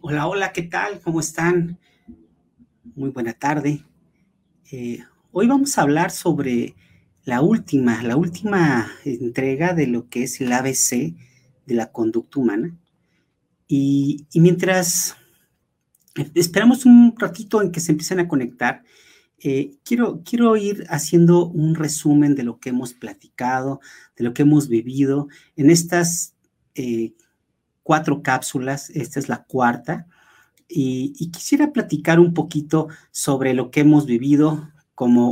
Hola, hola, ¿qué tal? ¿Cómo están? Muy buena tarde. Eh, Hoy vamos a hablar sobre la última entrega de lo que es el ABC de la conducta humana. Y mientras esperamos un ratito en que se empiecen a conectar, quiero ir haciendo un resumen de lo que hemos platicado, de lo que hemos vivido en estas 4 cápsulas. Esta es la cuarta. Y quisiera platicar un poquito sobre lo que hemos vivido como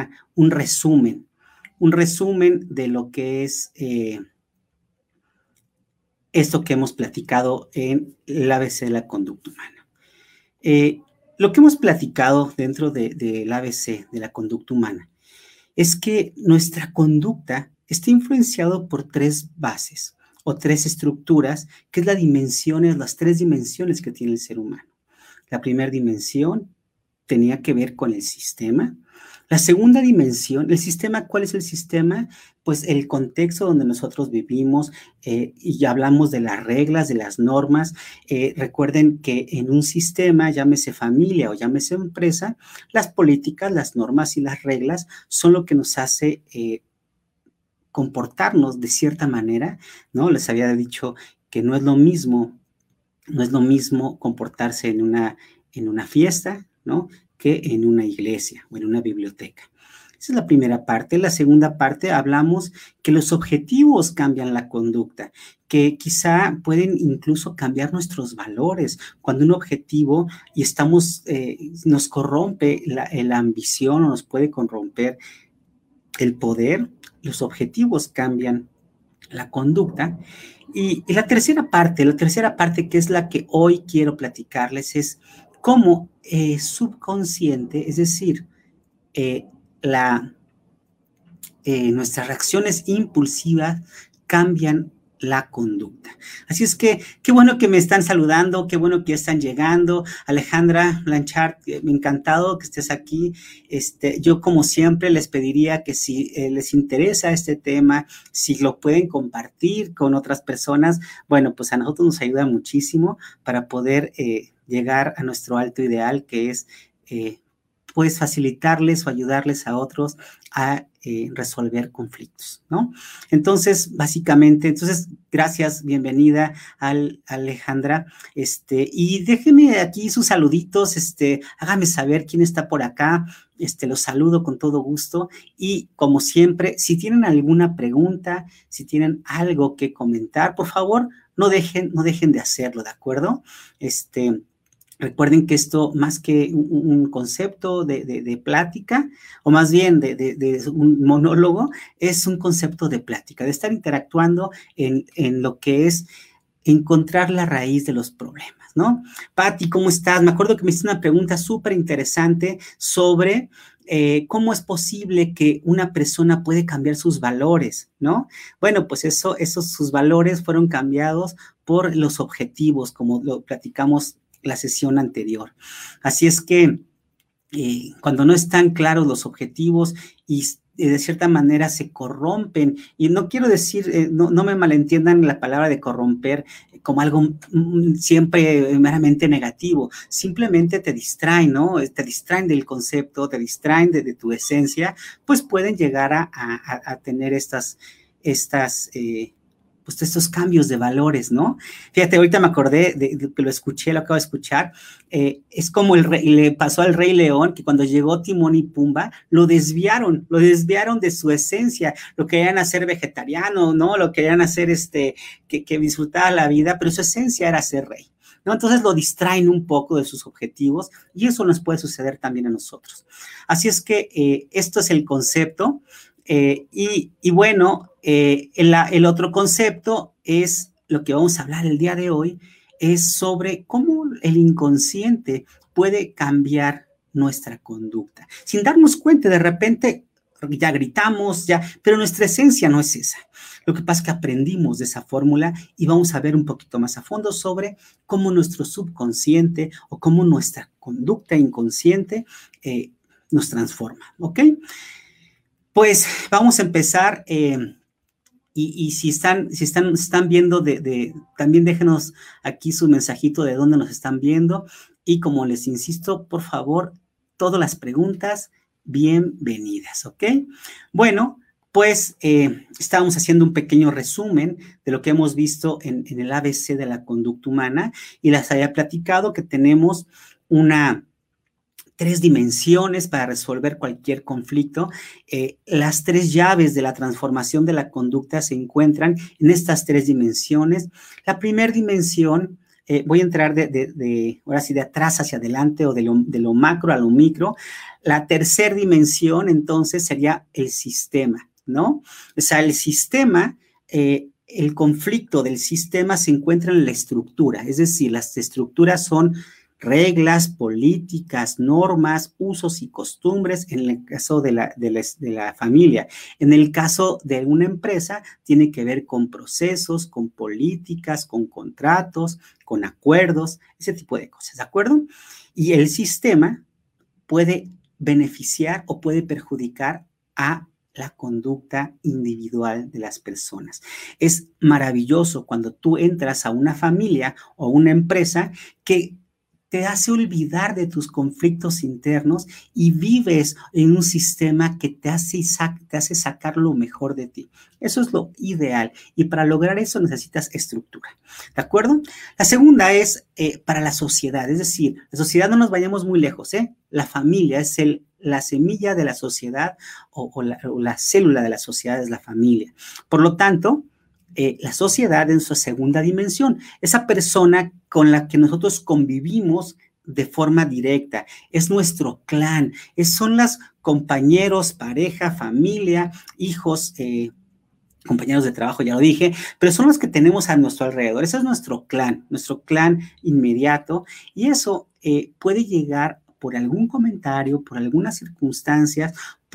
un resumen de lo que es esto que hemos platicado en el ABC de la conducta humana. Eh, lo que hemos platicado dentro del ABC de la conducta humana es que nuestra conducta está influenciado por 3 bases o 3 estructuras, que es las 3 dimensiones que tiene el ser humano. La primera dimensión tenía que ver con el sistema. La segunda dimensión, el sistema, ¿cuál es el sistema? Pues el contexto donde nosotros vivimos, y ya hablamos de las reglas, de las normas. Recuerden que en un sistema, llámese familia o llámese empresa, las políticas, las normas y las reglas son lo que nos hace comportarnos de cierta manera, ¿no? Les había dicho que no es lo mismo comportarse en una fiesta, ¿no? Que en una iglesia o en una biblioteca. Esa es la primera parte. La segunda parte, hablamos que los objetivos cambian la conducta, que quizá pueden incluso cambiar nuestros valores. Cuando un objetivo y nos corrompe la ambición o nos puede corromper el poder, los objetivos cambian la conducta. Y la tercera parte, que es la que hoy quiero platicarles, es cómo subconsciente, es decir, eh, la, nuestras reacciones impulsivas cambian la conducta. Así es que qué bueno que me están saludando, qué bueno que están llegando. Alejandra Blanchard, me encantado que estés aquí. Yo, como siempre, les pediría que si les interesa este tema, si lo pueden compartir con otras personas, bueno, pues a nosotros nos ayuda muchísimo para poder llegar a nuestro alto ideal, que es pues facilitarles o ayudarles a otros a resolver conflictos, ¿no? Entonces, básicamente, gracias, bienvenida Alejandra, y déjeme aquí sus saluditos, hágame saber quién está por acá, los saludo con todo gusto, y como siempre, si tienen alguna pregunta, si tienen algo que comentar, por favor, no dejen de hacerlo, ¿de acuerdo? Recuerden que esto, más que un concepto de plática, o más bien de un monólogo, es un concepto de plática, de estar interactuando en lo que es encontrar la raíz de los problemas, ¿no? Patti, ¿cómo estás? Me acuerdo que me hiciste una pregunta súper interesante sobre cómo es posible que una persona puede cambiar sus valores, ¿no? Bueno, pues sus valores fueron cambiados por los objetivos, como lo platicamos la sesión anterior. Así es que cuando no están claros los objetivos y de cierta manera se corrompen, y no quiero decir, no me malentiendan la palabra de corromper como algo siempre meramente negativo, simplemente te distraen, ¿no? Te distraen del concepto, te distraen de tu esencia, pues pueden llegar a tener pues estos cambios de valores, ¿no? Fíjate, ahorita me acordé de que lo acabo de escuchar. Es como le pasó al Rey León, que cuando llegó Timón y Pumba, lo desviaron de su esencia, lo querían hacer vegetariano, ¿no? Lo querían hacer que disfrutara la vida, pero su esencia era ser rey, ¿no? Entonces lo distraen un poco de sus objetivos, y eso nos puede suceder también a nosotros. Así es que esto es el concepto. Y bueno, el otro concepto es lo que vamos a hablar el día de hoy, es sobre cómo el inconsciente puede cambiar nuestra conducta. Sin darnos cuenta, de repente ya gritamos, pero nuestra esencia no es esa. Lo que pasa es que aprendimos de esa fórmula, y vamos a ver un poquito más a fondo sobre cómo nuestro subconsciente o cómo nuestra conducta inconsciente nos transforma, ¿ok? Pues vamos a empezar, Y si están viendo, también déjenos aquí su mensajito de dónde nos están viendo. Y como les insisto, por favor, todas las preguntas, bienvenidas, ¿ok? Bueno, pues estábamos haciendo un pequeño resumen de lo que hemos visto en el ABC de la conducta humana y les había platicado que tenemos 3 dimensiones para resolver cualquier conflicto. Las 3 llaves de la transformación de la conducta se encuentran en estas 3 dimensiones. La primera dimensión, voy a entrar ahora sí, de atrás hacia adelante o de lo macro a lo micro. La tercera dimensión, entonces, sería el sistema, ¿no? O sea, el sistema, el conflicto del sistema se encuentra en la estructura, es decir, las estructuras son reglas, políticas, normas, usos y costumbres en el caso de la familia. En el caso de una empresa, tiene que ver con procesos, con políticas, con contratos, con acuerdos, ese tipo de cosas, ¿de acuerdo? Y el sistema puede beneficiar o puede perjudicar a la conducta individual de las personas. Es maravilloso cuando tú entras a una familia o una empresa que te hace olvidar de tus conflictos internos y vives en un sistema que te hace sacar lo mejor de ti. Eso es lo ideal y para lograr eso necesitas estructura, ¿de acuerdo? La segunda es para la sociedad, es decir, la sociedad, no nos vayamos muy lejos, ¿eh? La familia es la semilla de la sociedad o la célula de la sociedad es la familia. Por lo tanto, la sociedad en su segunda dimensión, esa persona con la que nosotros convivimos de forma directa, es nuestro clan, son los compañeros, pareja, familia, hijos, compañeros de trabajo, ya lo dije, pero son los que tenemos a nuestro alrededor. Ese es nuestro clan inmediato, y eso puede llegar por algún comentario, por algunas circunstancias,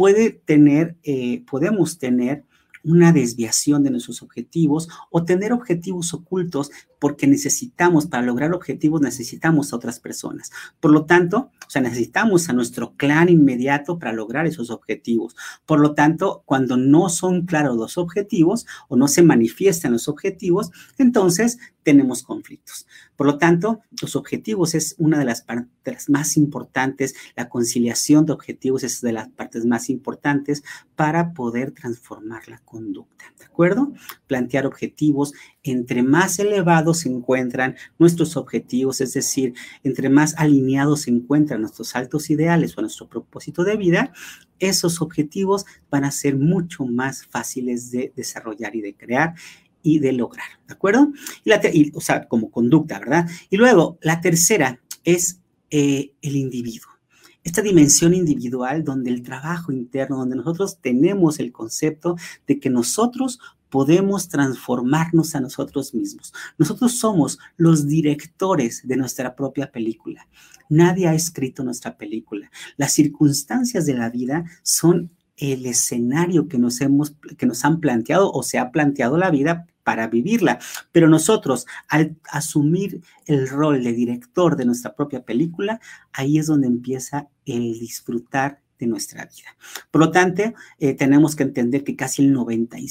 podemos tener una desviación de nuestros objetivos o tener objetivos ocultos porque para lograr objetivos necesitamos a otras personas. Por lo tanto, o sea, necesitamos a nuestro clan inmediato para lograr esos objetivos. Por lo tanto, cuando no son claros los objetivos o no se manifiestan los objetivos, entonces tenemos conflictos. Por lo tanto, los objetivos es una de las partes más importantes, la conciliación de objetivos es de las partes más importantes para poder transformar la conducta, ¿de acuerdo? Plantear objetivos, entre más elevados se encuentran nuestros objetivos, es decir, entre más alineados se encuentran nuestros altos ideales o nuestro propósito de vida, esos objetivos van a ser mucho más fáciles de desarrollar y de crear y de lograr, ¿de acuerdo? O sea, como conducta, ¿verdad? Y luego, la tercera es el individuo. Esta dimensión individual donde el trabajo interno, donde nosotros tenemos el concepto de que nosotros podemos transformarnos a nosotros mismos. Nosotros somos los directores de nuestra propia película. Nadie ha escrito nuestra película. Las circunstancias de la vida son el escenario que nos han planteado o se ha planteado la vida para vivirla, pero nosotros al asumir el rol de director de nuestra propia película, ahí es donde empieza el disfrutar de nuestra vida. Por lo tanto, tenemos que entender que casi el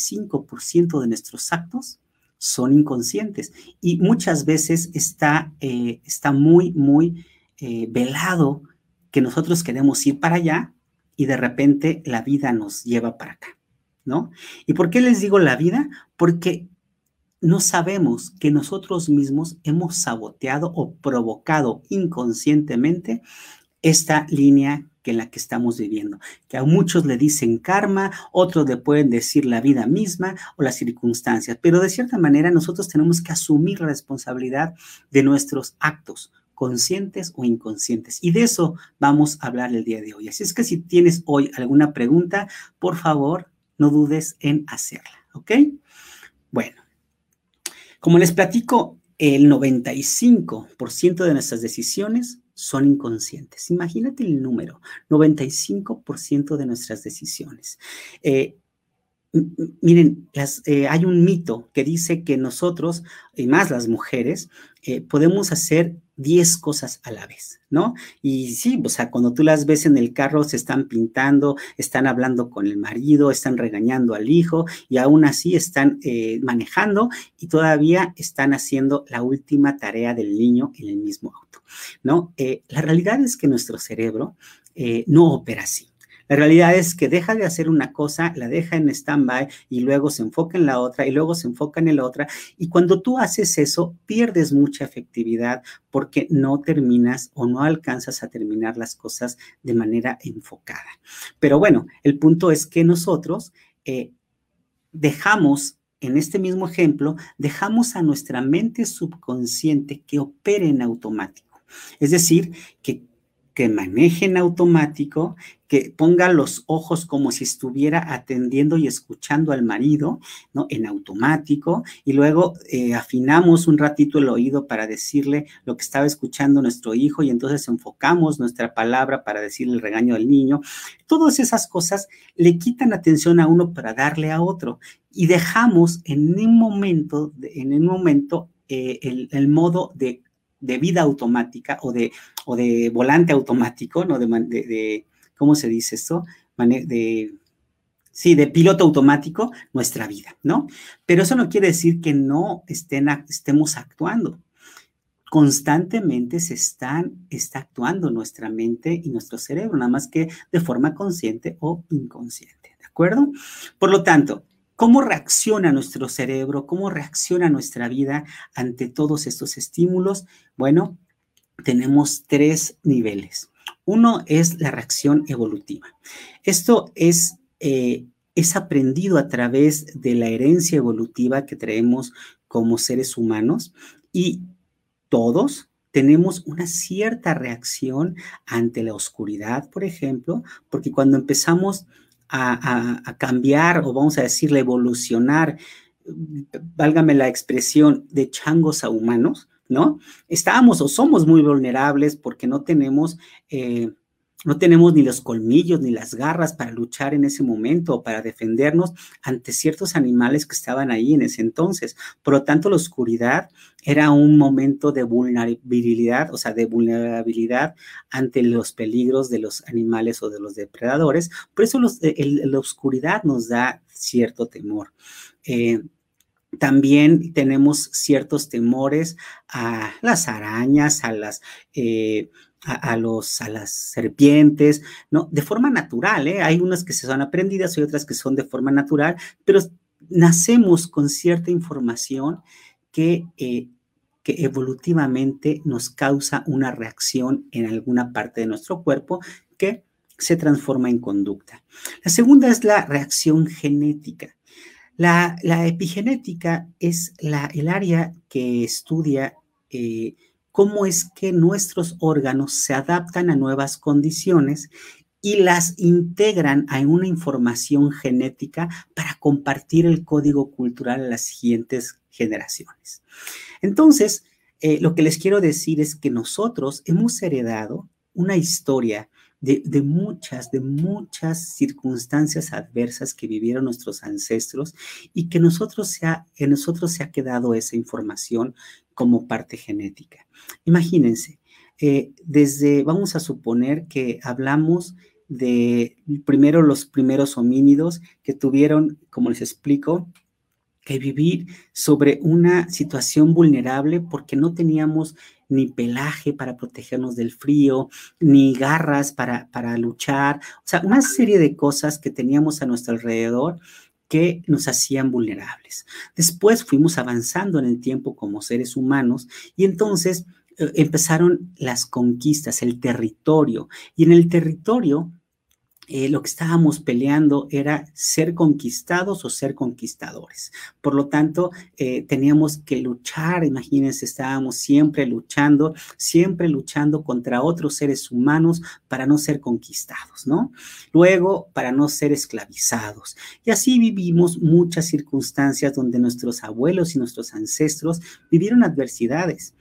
95% de nuestros actos son inconscientes y muchas veces está muy, muy velado que nosotros queremos ir para allá y de repente la vida nos lleva para acá, ¿no? ¿Y por qué les digo la vida? Porque no sabemos que nosotros mismos hemos saboteado o provocado inconscientemente esta línea en la que estamos viviendo, que a muchos le dicen karma, otros le pueden decir la vida misma o las circunstancias, pero de cierta manera nosotros tenemos que asumir la responsabilidad de nuestros actos, conscientes o inconscientes, y de eso vamos a hablar el día de hoy. Así es que si tienes hoy alguna pregunta, por favor, no dudes en hacerla, ¿ok? Bueno, como les platico, el 95% de nuestras decisiones son inconscientes. Imagínate el número, 95% de nuestras decisiones. Miren, hay un mito que dice que nosotros, y más las mujeres, podemos hacer 10 cosas a la vez, ¿no? Y sí, o sea, cuando tú las ves en el carro, se están pintando, están hablando con el marido, están regañando al hijo y aún así están manejando y todavía están haciendo la última tarea del niño en el mismo auto, ¿no? La realidad es que nuestro cerebro no opera así. La realidad es que deja de hacer una cosa, la deja en stand-by y luego se enfoca en la otra y luego se enfoca en la otra. Y cuando tú haces eso, pierdes mucha efectividad porque no terminas o no alcanzas a terminar las cosas de manera enfocada. Pero bueno, el punto es que nosotros dejamos, en este mismo ejemplo, dejamos a nuestra mente subconsciente que opere en automático. Es decir, que maneje en automático, que ponga los ojos como si estuviera atendiendo y escuchando al marido, ¿no? En automático, y luego afinamos un ratito el oído para decirle lo que estaba escuchando nuestro hijo, y entonces enfocamos nuestra palabra para decirle el regaño del niño. Todas esas cosas le quitan atención a uno para darle a otro, y dejamos en un momento el modo de vida automática o de volante automático, ¿no? ¿Cómo se dice esto? Sí, de piloto automático, nuestra vida, ¿no? Pero eso no quiere decir que no estemos actuando. Constantemente está actuando nuestra mente y nuestro cerebro, nada más que de forma consciente o inconsciente, ¿de acuerdo? Por lo tanto, ¿cómo reacciona nuestro cerebro? ¿Cómo reacciona nuestra vida ante todos estos estímulos? Bueno, tenemos 3 niveles. Uno es la reacción evolutiva. Esto es aprendido a través de la herencia evolutiva que traemos como seres humanos y todos tenemos una cierta reacción ante la oscuridad, por ejemplo, porque cuando empezamos a cambiar o vamos a decirle evolucionar, válgame la expresión, de changos a humanos, ¿no? Estábamos o somos muy vulnerables porque no tenemos ni los colmillos ni las garras para luchar en ese momento o para defendernos ante ciertos animales que estaban ahí en ese entonces. Por lo tanto, la oscuridad era un momento de vulnerabilidad, o sea, de vulnerabilidad ante los peligros de los animales o de los depredadores. Por eso la oscuridad nos da cierto temor. También tenemos ciertos temores a las arañas, a las serpientes, ¿no? De forma natural, ¿eh? Hay unas que se son aprendidas y otras que son de forma natural, pero nacemos con cierta información que evolutivamente nos causa una reacción en alguna parte de nuestro cuerpo que se transforma en conducta. La segunda es la reacción genética. La epigenética es el área que estudia cómo es que nuestros órganos se adaptan a nuevas condiciones y las integran a una información genética para compartir el código cultural a las siguientes generaciones. Entonces, lo que les quiero decir es que nosotros hemos heredado una historia de muchas circunstancias adversas que vivieron nuestros ancestros y que en nosotros se ha quedado esa información como parte genética. Imagínense, vamos a suponer que hablamos de los primeros homínidos que tuvieron, como les explico, que vivir sobre una situación vulnerable porque no teníamos ni pelaje para protegernos del frío, ni garras para luchar, o sea, una serie de cosas que teníamos a nuestro alrededor que nos hacían vulnerables. Después fuimos avanzando en el tiempo como seres humanos y entonces empezaron las conquistas, el territorio, y en el territorio lo que estábamos peleando era ser conquistados o ser conquistadores. Por lo tanto, teníamos que luchar, imagínense, estábamos siempre luchando contra otros seres humanos para no ser conquistados, ¿no? Luego, para no ser esclavizados. Y así vivimos muchas circunstancias donde nuestros abuelos y nuestros ancestros vivieron adversidades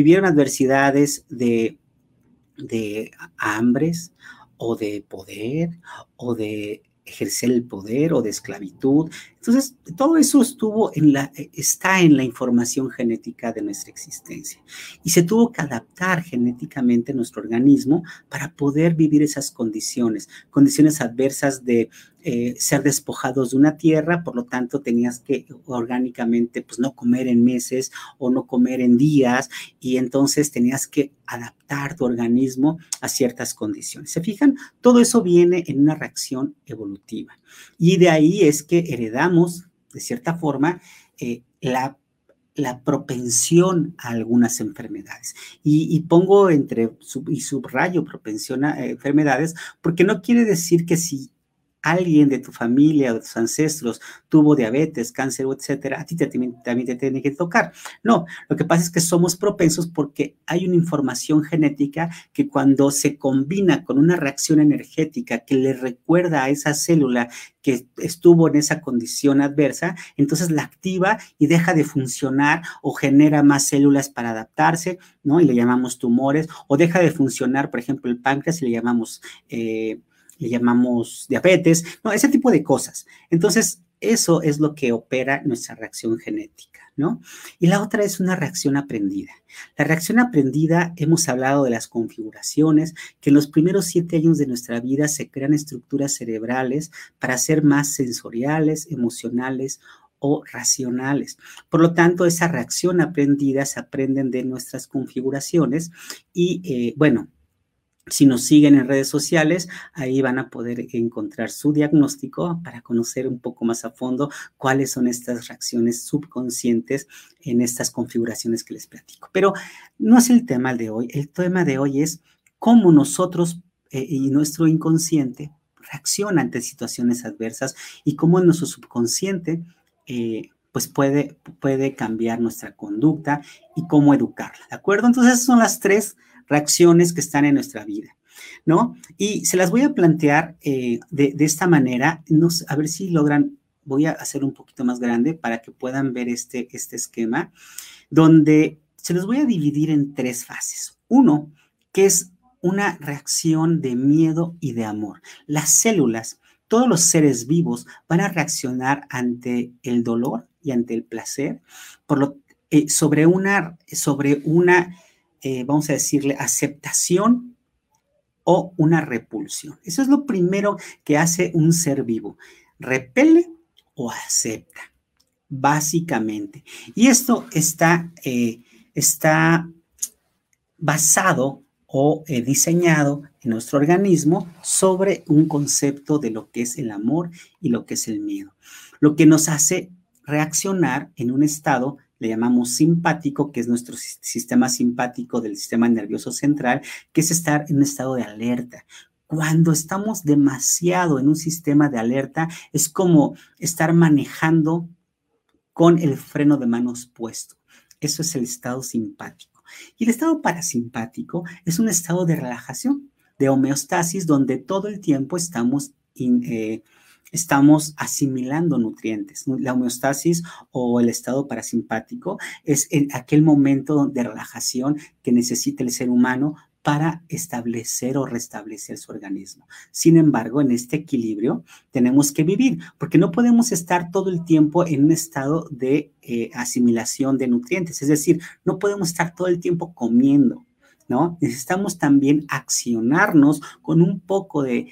de hambres, o de poder, o de ejercer el poder, o de esclavitud. Entonces, todo eso está en la información genética de nuestra existencia y se tuvo que adaptar genéticamente nuestro organismo para poder vivir esas condiciones adversas de ser despojados de una tierra, por lo tanto tenías que orgánicamente pues no comer en meses o no comer en días y entonces tenías que adaptar tu organismo a ciertas condiciones. ¿Se fijan? Todo eso viene en una reacción evolutiva y de ahí es que heredamos de cierta forma la propensión a algunas enfermedades. Y pongo y subrayo propensión a enfermedades porque no quiere decir que si alguien de tu familia o de tus ancestros tuvo diabetes, cáncer, etcétera, a ti también te tiene que tocar. No, lo que pasa es que somos propensos porque hay una información genética que cuando se combina con una reacción energética que le recuerda a esa célula que estuvo en esa condición adversa, entonces la activa y deja de funcionar o genera más células para adaptarse, ¿no? Y le llamamos tumores, o deja de funcionar, por ejemplo, el páncreas y le llamamos diabetes, no, ese tipo de cosas. Entonces, eso es lo que opera nuestra reacción genética, ¿no? Y la otra es una reacción aprendida. La reacción aprendida, hemos hablado de las configuraciones, que en los primeros 7 años de nuestra vida se crean estructuras cerebrales para ser más sensoriales, emocionales o racionales. Por lo tanto, esa reacción aprendida se aprenden de nuestras configuraciones y, bueno, si nos siguen en redes sociales, ahí van a poder encontrar su diagnóstico para conocer un poco más a fondo cuáles son estas reacciones subconscientes en estas configuraciones que les platico. Pero no es el tema de hoy. El tema de hoy es cómo nosotros y nuestro inconsciente reacciona ante situaciones adversas y cómo nuestro subconsciente pues puede cambiar nuestra conducta y cómo educarla, ¿de acuerdo? Entonces, esas son las 3 reacciones que están en nuestra vida, ¿no? Y se las voy a plantear de esta manera, a ver si logran, voy a hacer un poquito más grande para que puedan ver este esquema, donde se los voy a dividir en 3 fases. Uno, que es una reacción de miedo y de amor. Las células, todos los seres vivos van a reaccionar ante el dolor y ante el placer sobre una vamos a decirle, aceptación o una repulsión. Eso es lo primero que hace un ser vivo. Repele o acepta, básicamente. Y esto está basado o diseñado en nuestro organismo sobre un concepto de lo que es el amor y lo que es el miedo. Lo que nos hace reaccionar en un estado le llamamos simpático, que es nuestro sistema simpático del sistema nervioso central, que es estar en un estado de alerta. Cuando estamos demasiado en un sistema de alerta, es como estar manejando con el freno de manos puesto. Eso es el estado simpático. Y el estado parasimpático es un estado de relajación, de homeostasis, donde todo el tiempo estamos asimilando nutrientes. La homeostasis o el estado parasimpático es en aquel momento de relajación que necesita el ser humano para establecer o restablecer su organismo. Sin embargo, en este equilibrio tenemos que vivir, porque no podemos estar todo el tiempo en un estado de asimilación de nutrientes, es decir, no podemos estar todo el tiempo comiendo, ¿no? Necesitamos también accionarnos con un poco de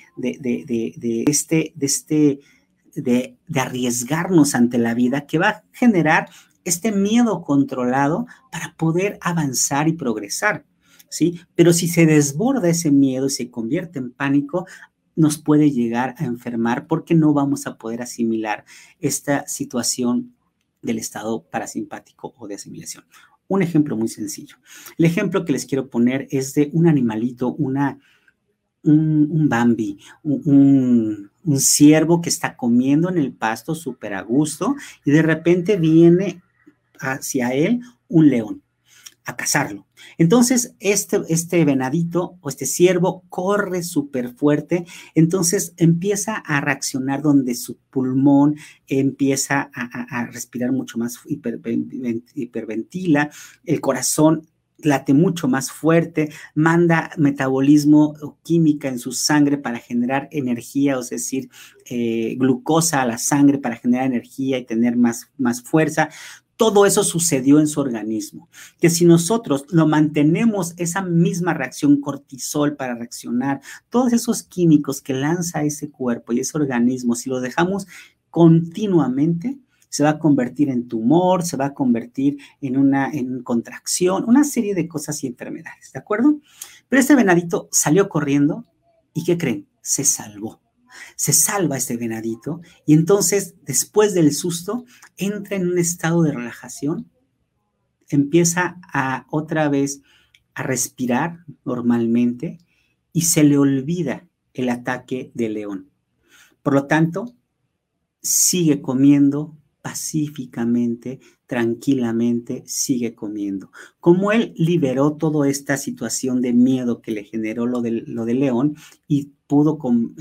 arriesgarnos ante la vida, que va a generar este miedo controlado para poder avanzar y progresar, ¿sí? Pero si se desborda ese miedo y se convierte en pánico, nos puede llegar a enfermar porque no vamos a poder asimilar esta situación del estado parasimpático o de asimilación. Un ejemplo muy sencillo. El ejemplo que les quiero poner es de un animalito, un Bambi, un ciervo que está comiendo en el pasto súper a gusto y de repente viene hacia él un león a cazarlo. Entonces, este venadito o este ciervo corre súper fuerte, entonces empieza a reaccionar donde su pulmón empieza a respirar mucho más, hiperventila, el corazón late mucho más fuerte, manda metabolismo o química en su sangre para generar energía, es decir, glucosa a la sangre para generar energía y tener más fuerza. Todo eso sucedió en su organismo, que si nosotros lo mantenemos, esa misma reacción cortisol para reaccionar, todos esos químicos que lanza ese cuerpo y ese organismo, si lo dejamos continuamente, se va a convertir en tumor, se va a convertir en contracción, una serie de cosas y enfermedades, ¿de acuerdo? Pero este venadito salió corriendo y ¿qué creen? Se salvó. Se salva este venadito y entonces después del susto entra en un estado de relajación, empieza a otra vez a respirar normalmente y se le olvida el ataque del león. Por lo tanto, sigue comiendo pacíficamente, tranquilamente, sigue comiendo. Como él liberó toda esta situación de miedo que le generó lo del león y pudo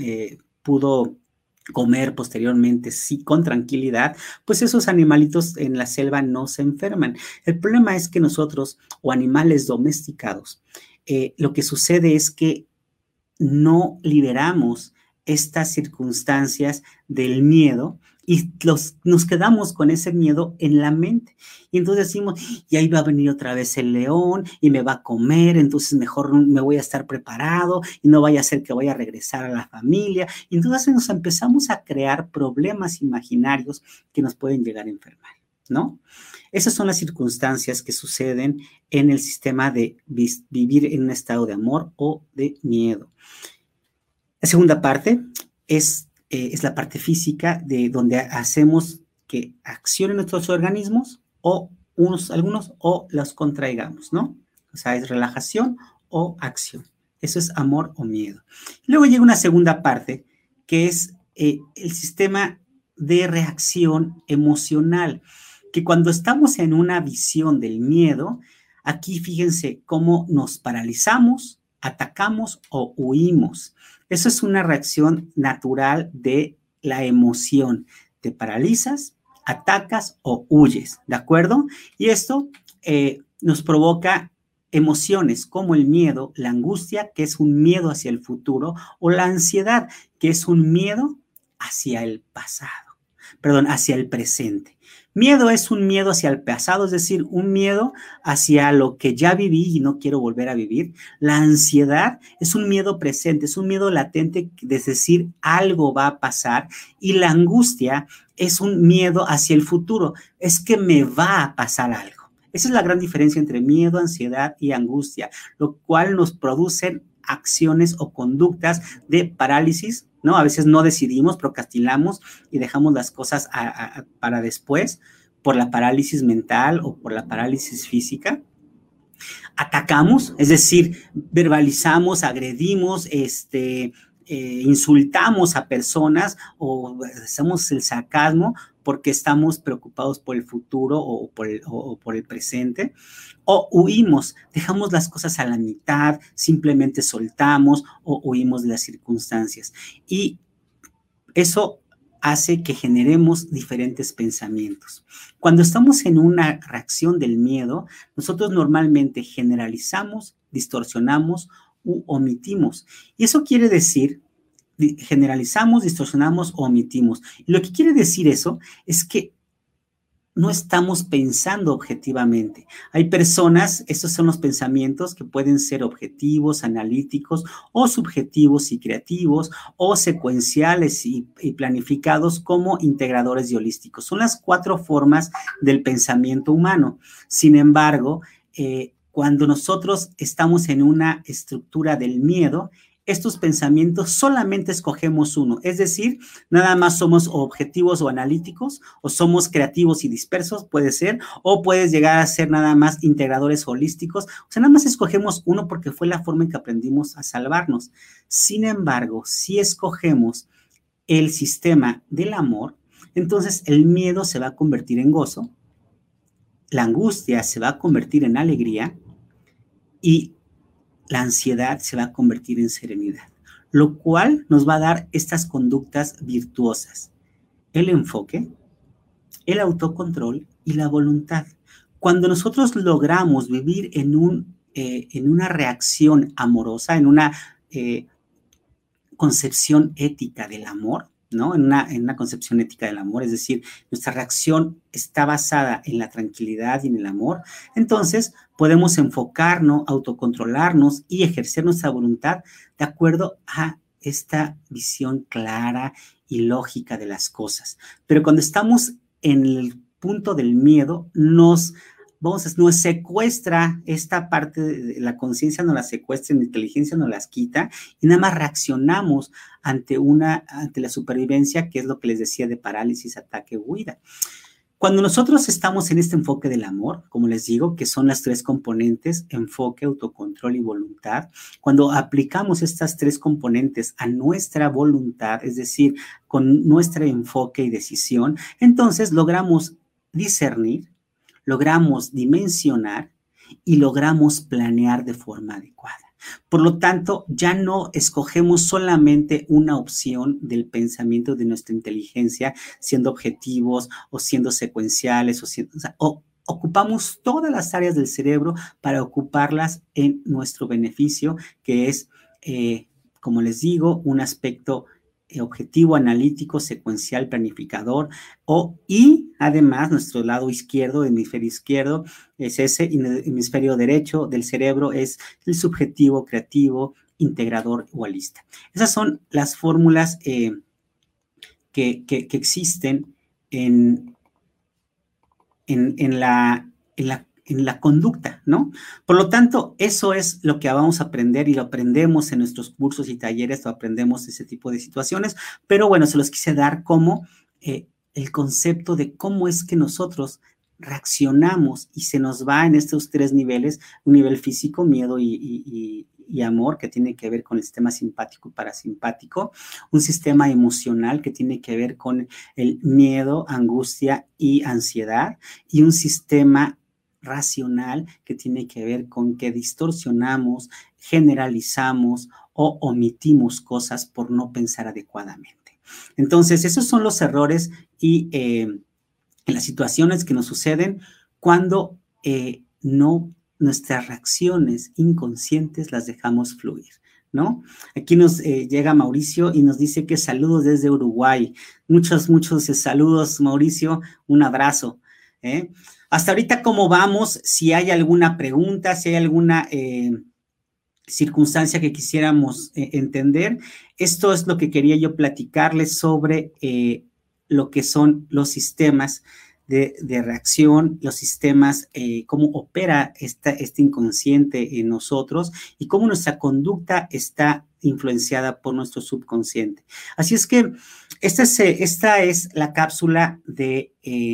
comer posteriormente, sí, con tranquilidad, pues esos animalitos en la selva no se enferman. El problema es que nosotros, o animales domesticados, lo que sucede es que no liberamos estas circunstancias del miedo y nos quedamos con ese miedo en la mente. Y entonces decimos, y ahí va a venir otra vez el león y me va a comer, entonces mejor me voy a estar preparado y no vaya a ser que vaya a regresar a la familia. Y entonces nos empezamos a crear problemas imaginarios que nos pueden llegar a enfermar, ¿no? Esas son las circunstancias que suceden en el sistema de vivir en un estado de amor o de miedo. La segunda parte es la parte física, de donde hacemos que accionen nuestros organismos o algunos o los contraigamos, ¿no? O sea, es relajación o acción. Eso es amor o miedo. Luego llega una segunda parte que es el sistema de reacción emocional, que cuando estamos en una visión del miedo, aquí fíjense cómo nos paralizamos, atacamos o huimos. Eso es una reacción natural de la emoción. Te paralizas, atacas o huyes, ¿de acuerdo? Y esto nos provoca emociones como el miedo, la angustia, que es un miedo hacia el futuro, o la ansiedad, que es un miedo hacia el pasado, perdón, hacia el presente. Miedo es un miedo hacia el pasado, es decir, un miedo hacia lo que ya viví y no quiero volver a vivir. La ansiedad es un miedo presente, es un miedo latente, es decir, algo va a pasar. Y la angustia es un miedo hacia el futuro, es que me va a pasar algo. Esa es la gran diferencia entre miedo, ansiedad y angustia, lo cual nos producen acciones o conductas de parálisis, ¿no? A veces no decidimos, procrastinamos y dejamos las cosas para después por la parálisis mental o por la parálisis física. Atacamos, es decir, verbalizamos, agredimos, insultamos a personas o hacemos el sarcasmo porque estamos preocupados por el futuro o por el presente, o huimos, dejamos las cosas a la mitad, simplemente soltamos o huimos de las circunstancias. Y eso hace que generemos diferentes pensamientos. Cuando estamos en una reacción del miedo, nosotros normalmente generalizamos, distorsionamos u omitimos. Y eso quiere decir generalizamos, distorsionamos o omitimos. Y lo que quiere decir eso es que no estamos pensando objetivamente. Hay personas, estos son los pensamientos que pueden ser objetivos, analíticos o subjetivos y creativos o secuenciales y planificados como integradores y holísticos. Son las 4 formas del pensamiento humano. Sin embargo, cuando nosotros estamos en una estructura del miedo, estos pensamientos solamente escogemos uno, es decir, nada más somos objetivos o analíticos, o somos creativos y dispersos, puede ser, o puedes llegar a ser nada más integradores holísticos, o sea, nada más escogemos uno porque fue la forma en que aprendimos a salvarnos. Sin embargo, si escogemos el sistema del amor, entonces el miedo se va a convertir en gozo, la angustia se va a convertir en alegría y la ansiedad se va a convertir en serenidad, lo cual nos va a dar estas conductas virtuosas: el enfoque, el autocontrol y la voluntad. Cuando nosotros logramos vivir en una reacción amorosa, en una concepción ética del amor, ¿no? En una concepción ética del amor, es decir, nuestra reacción está basada en la tranquilidad y en el amor, entonces podemos enfocarnos, autocontrolarnos y ejercer nuestra voluntad de acuerdo a esta visión clara y lógica de las cosas. Pero cuando estamos en el punto del miedo, nos secuestra esta parte de la conciencia, nos la secuestra, la inteligencia nos las quita y nada más reaccionamos ante la supervivencia, que es lo que les decía de parálisis, ataque, huida. Cuando nosotros estamos en este enfoque del amor, como les digo, que son las tres componentes, enfoque, autocontrol y voluntad, cuando aplicamos estas tres componentes a nuestra voluntad, es decir, con nuestro enfoque y decisión, entonces logramos discernir, logramos dimensionar y logramos planear de forma adecuada. Por lo tanto, ya no escogemos solamente una opción del pensamiento de nuestra inteligencia, siendo objetivos o siendo secuenciales, o ocupamos todas las áreas del cerebro para ocuparlas en nuestro beneficio, que es, como les digo, un aspecto objetivo, analítico, secuencial, planificador, y además nuestro lado izquierdo, hemisferio izquierdo, es ese, y el hemisferio derecho del cerebro es el subjetivo, creativo, integrador, igualista. Esas son las fórmulas que existen en la conducta, ¿no? Por lo tanto, eso es lo que vamos a aprender y lo aprendemos en nuestros cursos y talleres, lo aprendemos ese tipo de situaciones, pero bueno, se los quise dar como el concepto de cómo es que nosotros reaccionamos y se nos va en estos tres niveles, un nivel físico, miedo y amor, que tiene que ver con el sistema simpático y parasimpático, un sistema emocional que tiene que ver con el miedo, angustia y ansiedad, y un sistema racional que tiene que ver con que distorsionamos, generalizamos o omitimos cosas por no pensar adecuadamente. Entonces, esos son los errores y las situaciones que nos suceden cuando nuestras reacciones inconscientes las dejamos fluir, ¿no? Aquí nos llega Mauricio y nos dice que saludos desde Uruguay. Muchos saludos, Mauricio. Un abrazo. Hasta ahorita, ¿cómo vamos? Si hay alguna pregunta, si hay alguna circunstancia que quisiéramos entender, esto es lo que quería yo platicarles sobre lo que son los sistemas de reacción, los sistemas, cómo opera este inconsciente en nosotros y cómo nuestra conducta está influenciada por nuestro subconsciente. Así es que esta es la cápsula de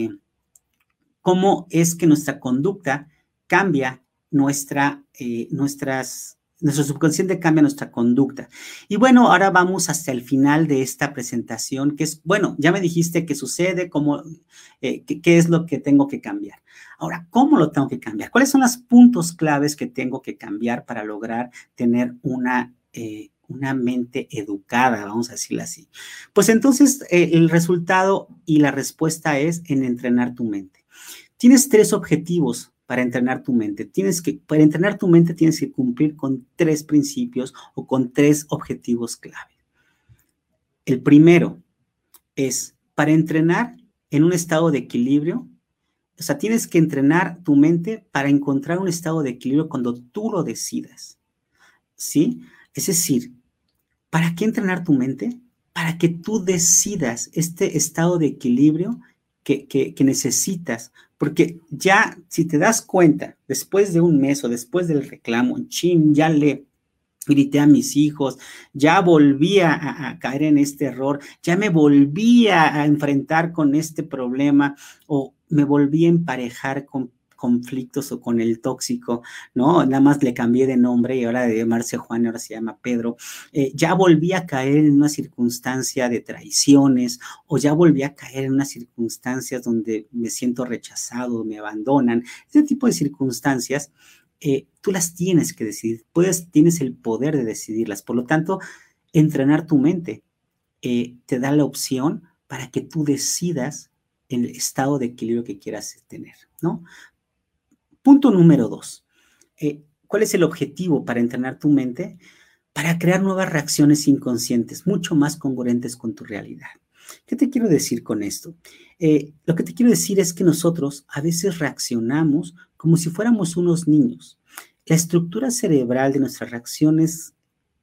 cómo es que nuestra conducta cambia nuestro subconsciente cambia nuestra conducta. Y bueno, ahora vamos hasta el final de esta presentación, que es, bueno, ya me dijiste qué sucede, qué es lo que tengo que cambiar. Ahora, ¿cómo lo tengo que cambiar? ¿Cuáles son los puntos claves que tengo que cambiar para lograr tener una mente educada, vamos a decirlo así? Pues entonces, el resultado y la respuesta es en entrenar tu mente. Tienes tres objetivos para entrenar tu mente. Para entrenar tu mente tienes que cumplir con tres principios o con tres objetivos clave. El primero es para entrenar en un estado de equilibrio. O sea, tienes que entrenar tu mente para encontrar un estado de equilibrio cuando tú lo decidas, ¿sí? Es decir, ¿para qué entrenar tu mente? Para que tú decidas este estado de equilibrio que necesitas, porque ya si te das cuenta, después de un mes o después del reclamo, ya le grité a mis hijos, ya volví a caer en este error, ya me volví a enfrentar con este problema o me volví a emparejar con conflictos o con el tóxico, ¿no? Nada más le cambié de nombre y ahora de llamarse Juan, ahora se llama Pedro. Ya volví a caer en una circunstancia de traiciones o ya volví a caer en unas circunstancias donde me siento rechazado, me abandonan. Ese tipo de circunstancias tú las tienes que decidir, tienes el poder de decidirlas. Por lo tanto, entrenar tu mente te da la opción para que tú decidas el estado de equilibrio que quieras tener, ¿no? Punto número 2. ¿Cuál es el objetivo para entrenar tu mente? Para crear nuevas reacciones inconscientes, mucho más congruentes con tu realidad. ¿Qué te quiero decir con esto? Lo que te quiero decir es que nosotros a veces reaccionamos como si fuéramos unos niños. La estructura cerebral de nuestras reacciones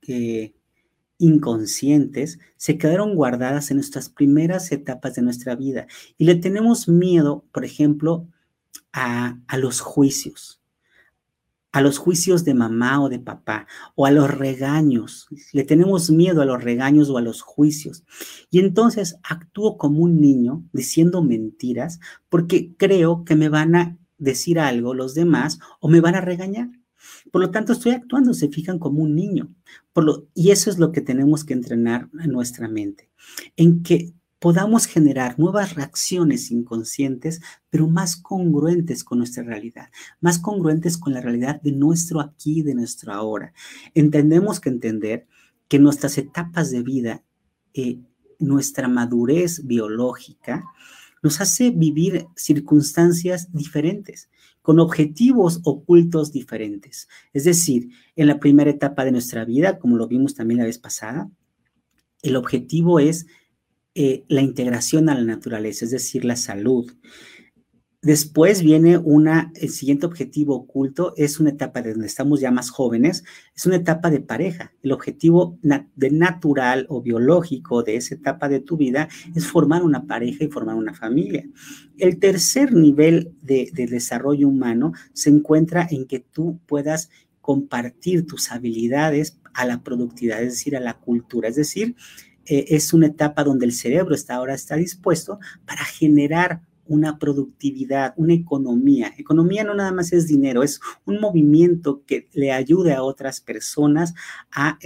inconscientes se quedaron guardadas en nuestras primeras etapas de nuestra vida y le tenemos miedo, por ejemplo, a los juicios. A los juicios de mamá o de papá, o a los regaños. Le tenemos miedo a los regaños o a los juicios. Y entonces actúo como un niño diciendo mentiras porque creo que me van a decir algo los demás o me van a regañar. Por lo tanto, estoy actuando, se fijan, como un niño. Y eso es lo que tenemos que entrenar en nuestra mente, en que podamos generar nuevas reacciones inconscientes, pero más congruentes con nuestra realidad, más congruentes con la realidad de nuestro aquí, de nuestro ahora. Entendemos que entender que nuestras etapas de vida, nuestra madurez biológica, nos hace vivir circunstancias diferentes, con objetivos ocultos diferentes. Es decir, en la primera etapa de nuestra vida, como lo vimos también la vez pasada, el objetivo es la integración a la naturaleza, es decir, la salud. Después viene el siguiente objetivo oculto, es una etapa de donde estamos ya más jóvenes, es una etapa de pareja. El objetivo de natural o biológico de esa etapa de tu vida es formar una pareja y formar una familia. El tercer nivel de desarrollo humano se encuentra en que tú puedas compartir tus habilidades a la productividad, es decir, a la cultura, es decir, es una etapa donde el cerebro ahora está dispuesto para generar una productividad, una economía. Economía no nada más es dinero, es un movimiento que le ayude a otras personas a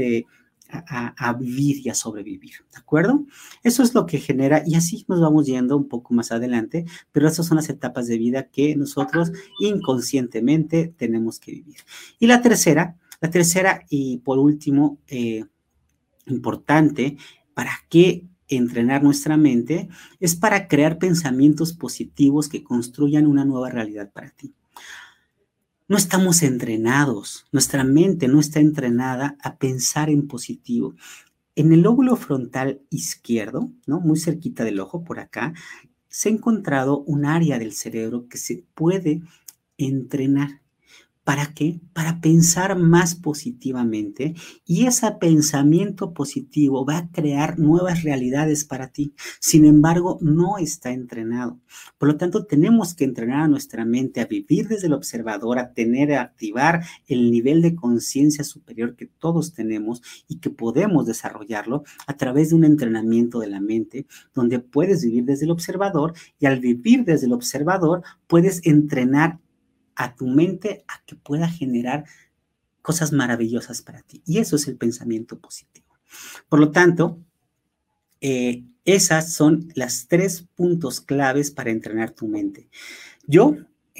vivir y a sobrevivir, ¿de acuerdo? Eso es lo que genera, y así nos vamos yendo un poco más adelante, pero esas son las etapas de vida que nosotros inconscientemente tenemos que vivir. Y la tercera y por último, importante, ¿para qué entrenar nuestra mente? Es para crear pensamientos positivos que construyan una nueva realidad para ti. No estamos entrenados, nuestra mente no está entrenada a pensar en positivo. En el lóbulo frontal izquierdo, ¿no? Muy cerquita del ojo, por acá, se ha encontrado un área del cerebro que se puede entrenar. ¿Para qué? Para pensar más positivamente, y ese pensamiento positivo va a crear nuevas realidades para ti. Sin embargo, no está entrenado. Por lo tanto, tenemos que entrenar a nuestra mente a vivir desde el observador, a activar el nivel de conciencia superior que todos tenemos y que podemos desarrollarlo a través de un entrenamiento de la mente, donde puedes vivir desde el observador, y al vivir desde el observador puedes entrenar a tu mente a que pueda generar cosas maravillosas para ti. Y eso es el pensamiento positivo. Por lo tanto, esas son las 3 puntos claves para entrenar tu mente. Yo,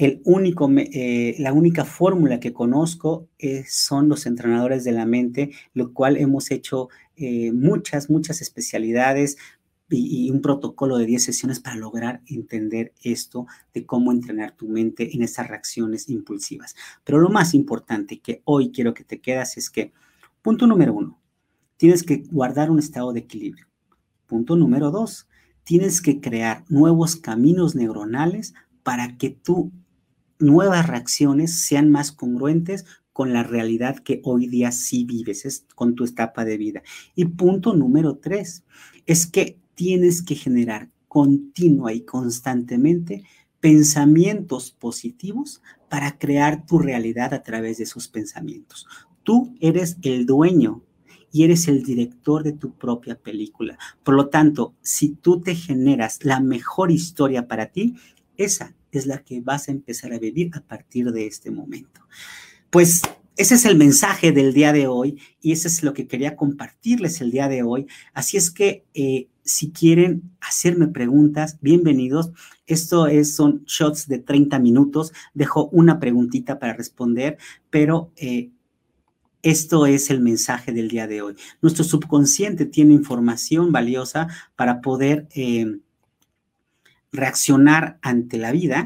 la única fórmula que conozco son los entrenadores de la mente, lo cual hemos hecho muchas especialidades y un protocolo de 10 sesiones para lograr entender esto de cómo entrenar tu mente en esas reacciones impulsivas. Pero lo más importante que hoy quiero que te quedas es que, punto número 1, tienes que guardar un estado de equilibrio. Punto número 2, tienes que crear nuevos caminos neuronales para que tus nuevas reacciones sean más congruentes con la realidad que hoy día sí vives, con tu etapa de vida. Y punto número 3, es que tienes que generar continua y constantemente pensamientos positivos para crear tu realidad a través de esos pensamientos. Tú eres el dueño y eres el director de tu propia película. Por lo tanto, si tú te generas la mejor historia para ti, esa es la que vas a empezar a vivir a partir de este momento. Pues ese es el mensaje del día de hoy y eso es lo que quería compartirles el día de hoy. Así es que si quieren hacerme preguntas, bienvenidos. Son shots de 30 minutos. Dejo una preguntita para responder, pero esto es el mensaje del día de hoy. Nuestro subconsciente tiene información valiosa para poder reaccionar ante la vida,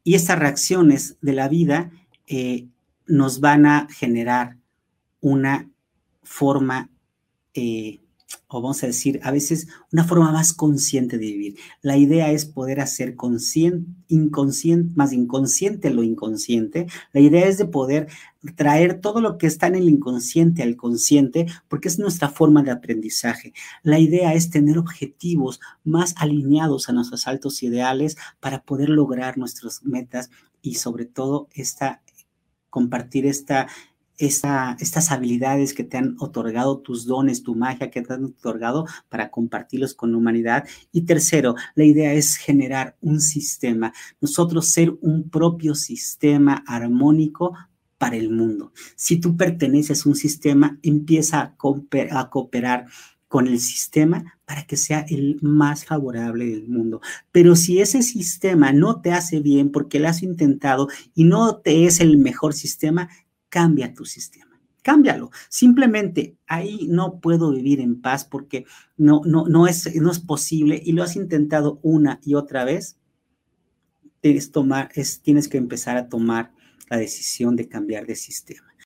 Y estas reacciones de la vida nos van a generar una forma, o vamos a decir, a veces una forma más consciente de vivir. La idea es poder hacer inconsciente, más inconsciente lo inconsciente. La idea es de poder traer todo lo que está en el inconsciente al consciente, porque es nuestra forma de aprendizaje. La idea es tener objetivos más alineados a nuestros altos ideales para poder lograr nuestras metas y sobre todo compartir estas habilidades que te han otorgado, tus dones, tu magia que te han otorgado para compartirlos con la humanidad. Y tercero, la idea es generar un sistema, nosotros ser un propio sistema armónico para el mundo. Si tú perteneces a un sistema, empieza a cooperar con el sistema para que sea el más favorable del mundo. Pero si ese sistema no te hace bien porque lo has intentado y no te es el mejor sistema, cambia tu sistema, cámbialo. Simplemente ahí no puedo vivir en paz porque no es posible y lo has intentado una y otra vez. Tienes que empezar a tomar la decisión de cambiar de sistema.